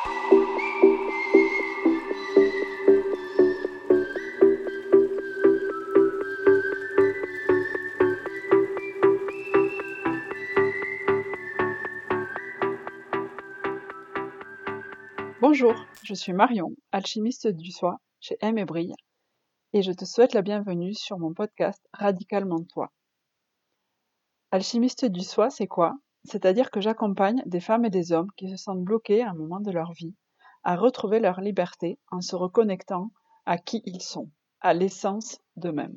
Bonjour, je suis Marion, alchimiste du soi chez Aime & Brille, et je te souhaite la bienvenue sur mon podcast Radicalement Toi. Alchimiste du soi, c'est quoi? C'est-à-dire que j'accompagne des femmes et des hommes qui se sentent bloqués à un moment de leur vie à retrouver leur liberté en se reconnectant à qui ils sont, à l'essence d'eux-mêmes.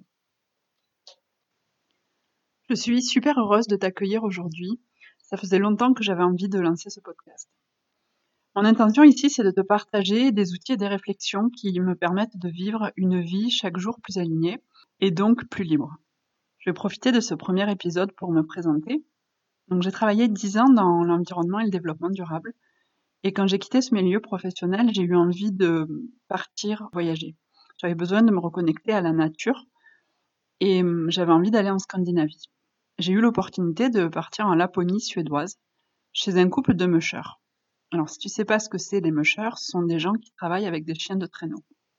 Je suis super heureuse de t'accueillir aujourd'hui. Ça faisait longtemps que j'avais envie de lancer ce podcast. Mon intention ici, c'est de te partager des outils et des réflexions qui me permettent de vivre une vie chaque jour plus alignée et donc plus libre. Je vais profiter de ce premier épisode pour me présenter. Donc, j'ai travaillé 10 ans dans l'environnement et le développement durable. Et quand j'ai quitté ce milieu professionnel, j'ai eu envie de partir voyager. J'avais besoin de me reconnecter à la nature et j'avais envie d'aller en Scandinavie. J'ai eu l'opportunité de partir en Laponie suédoise chez un couple de mushers. Alors, si tu sais pas ce que c'est, les mushers, ce sont des gens qui travaillent avec des chiens de traîneau.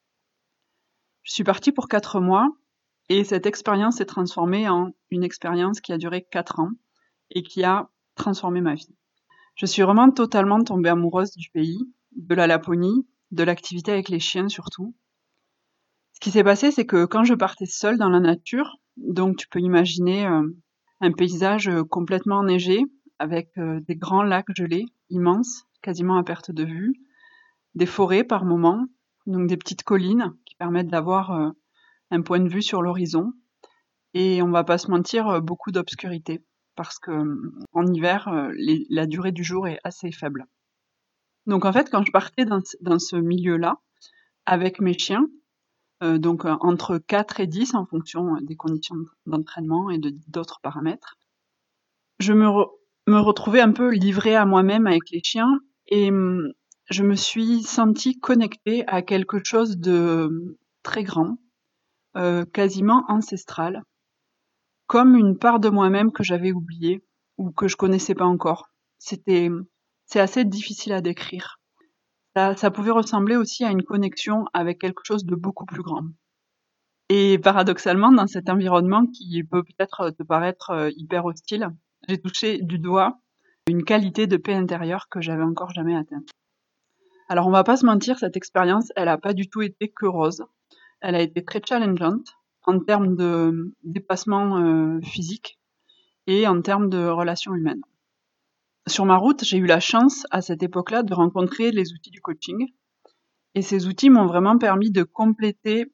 Je suis partie pour 4 mois et cette expérience s'est transformée en une expérience qui a duré 4 ans et qui a transformé ma vie. Je suis vraiment totalement tombée amoureuse du pays, de la Laponie, de l'activité avec les chiens surtout. Ce qui s'est passé, c'est que quand je partais seule dans la nature, donc tu peux imaginer un paysage complètement enneigé avec des grands lacs gelés immenses, quasiment à perte de vue, des forêts par moments, donc des petites collines qui permettent d'avoir un point de vue sur l'horizon. Et on va pas se mentir, beaucoup d'obscurité parce que en hiver, la durée du jour est assez faible. Donc en fait, quand je partais dans ce milieu-là, avec mes chiens, donc entre 4 et 10 en fonction des conditions d'entraînement et d'autres paramètres, je me retrouvais un peu livrée à moi-même avec les chiens et je me suis sentie connectée à quelque chose de très grand, quasiment ancestral, comme une part de moi-même que j'avais oubliée ou que je connaissais pas encore. C'est assez difficile à décrire. Ça pouvait ressembler aussi à une connexion avec quelque chose de beaucoup plus grand. Et paradoxalement, dans cet environnement qui peut peut-être te paraître hyper hostile, j'ai touché du doigt une qualité de paix intérieure que j'avais encore jamais atteinte. Alors on va pas se mentir, cette expérience, elle a pas du tout été que rose. Elle a été très challengeante en termes de dépassement physique et en termes de relations humaines. Sur ma route, j'ai eu la chance à cette époque-là de rencontrer les outils du coaching. Et ces outils m'ont vraiment permis de compléter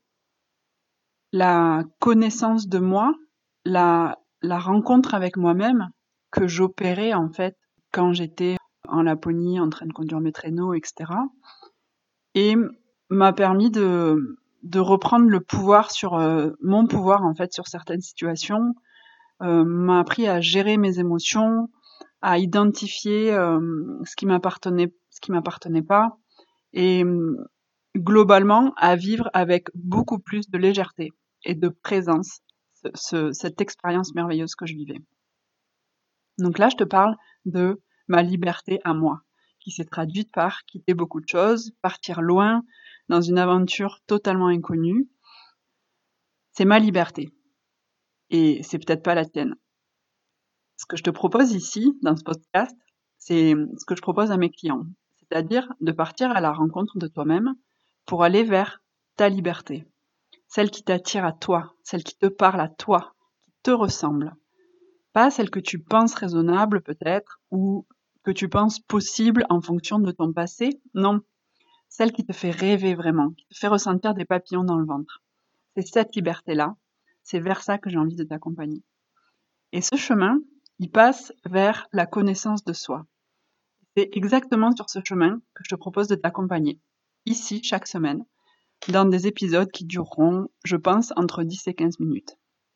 la connaissance de moi, la rencontre avec moi-même que j'opérais en fait quand j'étais en Laponie en train de conduire mes traîneaux, etc. Et m'a permis de reprendre le pouvoir sur mon pouvoir en fait sur certaines situations, m'a appris à gérer mes émotions, à identifier ce qui m'appartenait pas, et globalement à vivre avec beaucoup plus de légèreté et de présence cette expérience merveilleuse que je vivais. Donc là, je te parle de ma liberté à moi, qui s'est traduite par quitter beaucoup de choses, partir loin dans une aventure totalement inconnue. C'est ma liberté. Et c'est peut-être pas la tienne. Ce que je te propose ici, dans ce podcast, c'est ce que je propose à mes clients. C'est-à-dire de partir à la rencontre de toi-même pour aller vers ta liberté. Celle qui t'attire à toi, celle qui te parle à toi, qui te ressemble. Pas celle que tu penses raisonnable peut-être, ou que tu penses possible en fonction de ton passé. Non, celle qui te fait rêver vraiment, qui te fait ressentir des papillons dans le ventre. C'est cette liberté-là, c'est vers ça que j'ai envie de t'accompagner. Et ce chemin, il passe vers la connaissance de soi. C'est exactement sur ce chemin que je te propose de t'accompagner, ici, chaque semaine, dans des épisodes qui dureront, je pense, entre 10 et 15 minutes.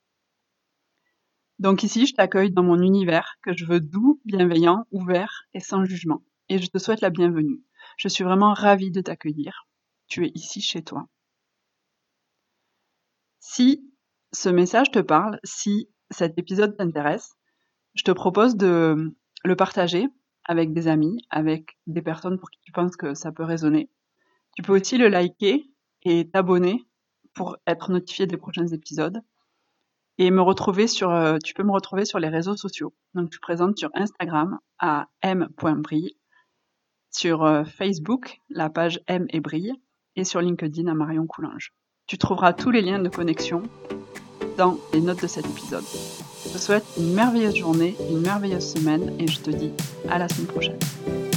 Donc ici, je t'accueille dans mon univers que je veux doux, bienveillant, ouvert et sans jugement. Et je te souhaite la bienvenue. Je suis vraiment ravie de t'accueillir. Tu es ici chez toi. Si ce message te parle, si cet épisode t'intéresse, je te propose de le partager avec des amis, avec des personnes pour qui tu penses que ça peut résonner. Tu peux aussi le liker et t'abonner pour être notifié des prochains épisodes. Et tu peux me retrouver sur les réseaux sociaux. Donc, tu présentes sur Instagram à m.brille, sur Facebook, la page M et Brille, et sur LinkedIn à Marion Coulange. Tu trouveras tous les liens de connexion dans les notes de cet épisode. Je te souhaite une merveilleuse journée, une merveilleuse semaine, et je te dis à la semaine prochaine.